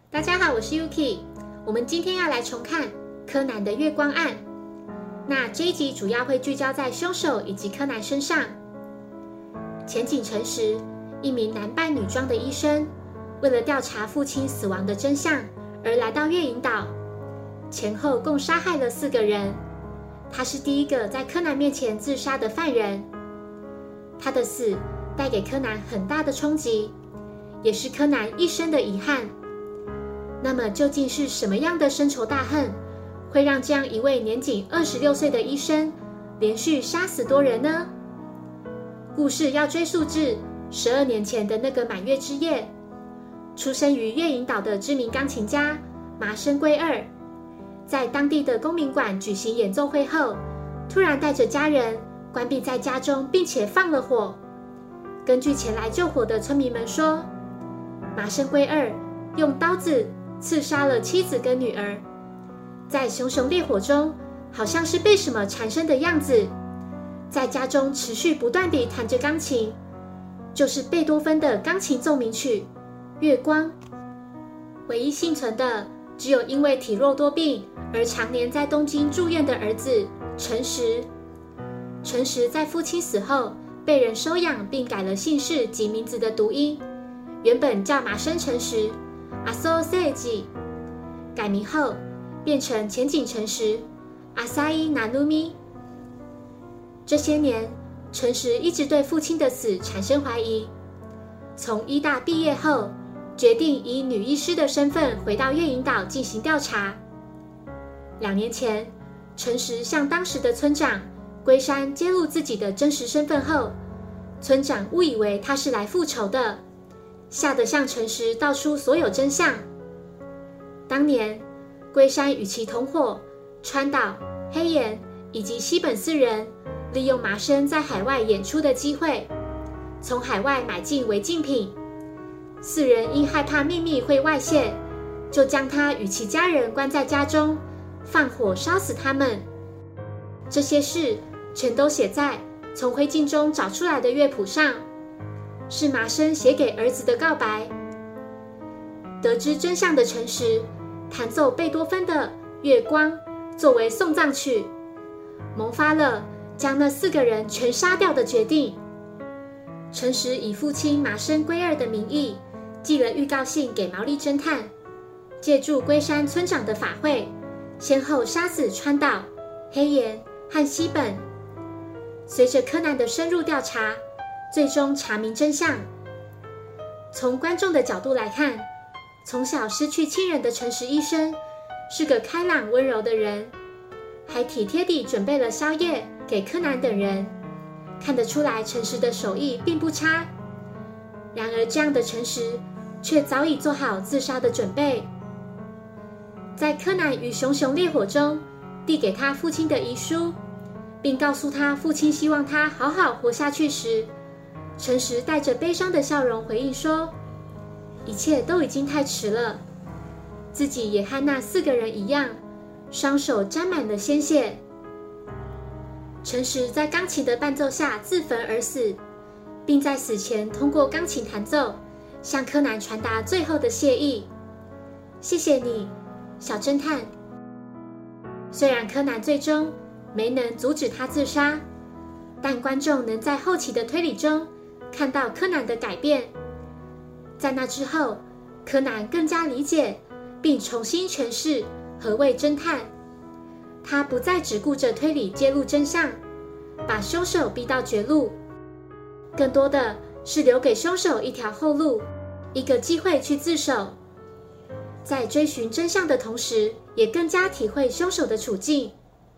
大家好，我是 Yuki。我们今天要来重看柯南的月光案。那这一集主要会聚焦在凶手以及柯南身上。前景诚实，一名男扮女装的医生，为了调查父亲死亡的真相而来到月影岛，前后共杀害了4个人。他是第一个在柯南面前自杀的犯人。他的死带给柯南很大的冲击，也是柯南一生的遗憾。那么究竟是什么样的深仇大恨，会让这样一位年仅26岁的医生连续杀死多人呢？故事要追溯至12年前的那个满月之夜，出生于月影岛的知名钢琴家麻生圭二，在当地的公民馆举行演奏会后，突然带着家人关闭在家中，并且放了火。根据前来救火的村民们说，麻生圭二用刀子刺杀了妻子跟女儿，在熊熊烈火中好像是被什么缠身的样子，在家中持续不断地弹着钢琴，就是贝多芬的钢琴奏鸣曲《月光》。唯一幸存的只有因为体弱多病而常年在东京住院的儿子诚实。诚实在父亲死后被人收养，并改了姓氏及名字的读音，原本叫麻生诚实阿索塞吉，改名后变成前景诚实阿萨伊南努米。这些年，诚实一直对父亲的死产生怀疑。从医大毕业后，决定以女医师的身份回到月影岛进行调查。2年前，诚实向当时的村长龟山揭露自己的真实身份后，村长误以为他是来复仇的，吓得向诚实道出所有真相。当年，龟山与其同伙川岛、黑岩以及西本4人，利用麻生在海外演出的机会，从海外买进违禁品。4人因害怕秘密会外泄，就将他与其家人关在家中，放火烧死他们。这些事全都写在从灰烬中找出来的乐谱上，是麻生写给儿子的告白。得知真相的诚实弹奏贝多芬的《月光》作为送葬曲，萌发了将那4个人全杀掉的决定。诚实以父亲麻生圭二的名义寄了预告信给毛利侦探，借助龟山村长的法会，先后杀死川岛、黑岩和西本。随着柯南的深入调查，最终查明真相。从观众的角度来看，从小失去亲人的诚实医生是个开朗温柔的人，还体贴地准备了宵夜给柯南等人，看得出来诚实的手艺并不差。然而这样的诚实却早已做好自杀的准备。在柯南于熊熊烈火中递给他父亲的遗书，并告诉他父亲希望他好好活下去时，诚实带着悲伤的笑容回应说，一切都已经太迟了，自己也和那4个人一样，双手沾满了鲜血。诚实在钢琴的伴奏下自焚而死，并在死前通过钢琴弹奏向柯南传达最后的谢意。谢谢你，小侦探。虽然柯南最终没能阻止他自杀，但观众能在后期的推理中看到柯南的改变。在那之后，柯南更加理解并重新诠释何谓侦探。他不再只顾着推理揭露真相，把凶手逼到绝路，更多的是留给凶手一条后路，一个机会去自首。在追寻真相的同时，也更加体会凶手的处境。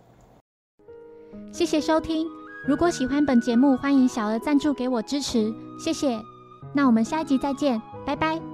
谢谢收听，如果喜欢本节目，欢迎小额赞助给我支持，谢谢。那我们下一集再见，拜拜。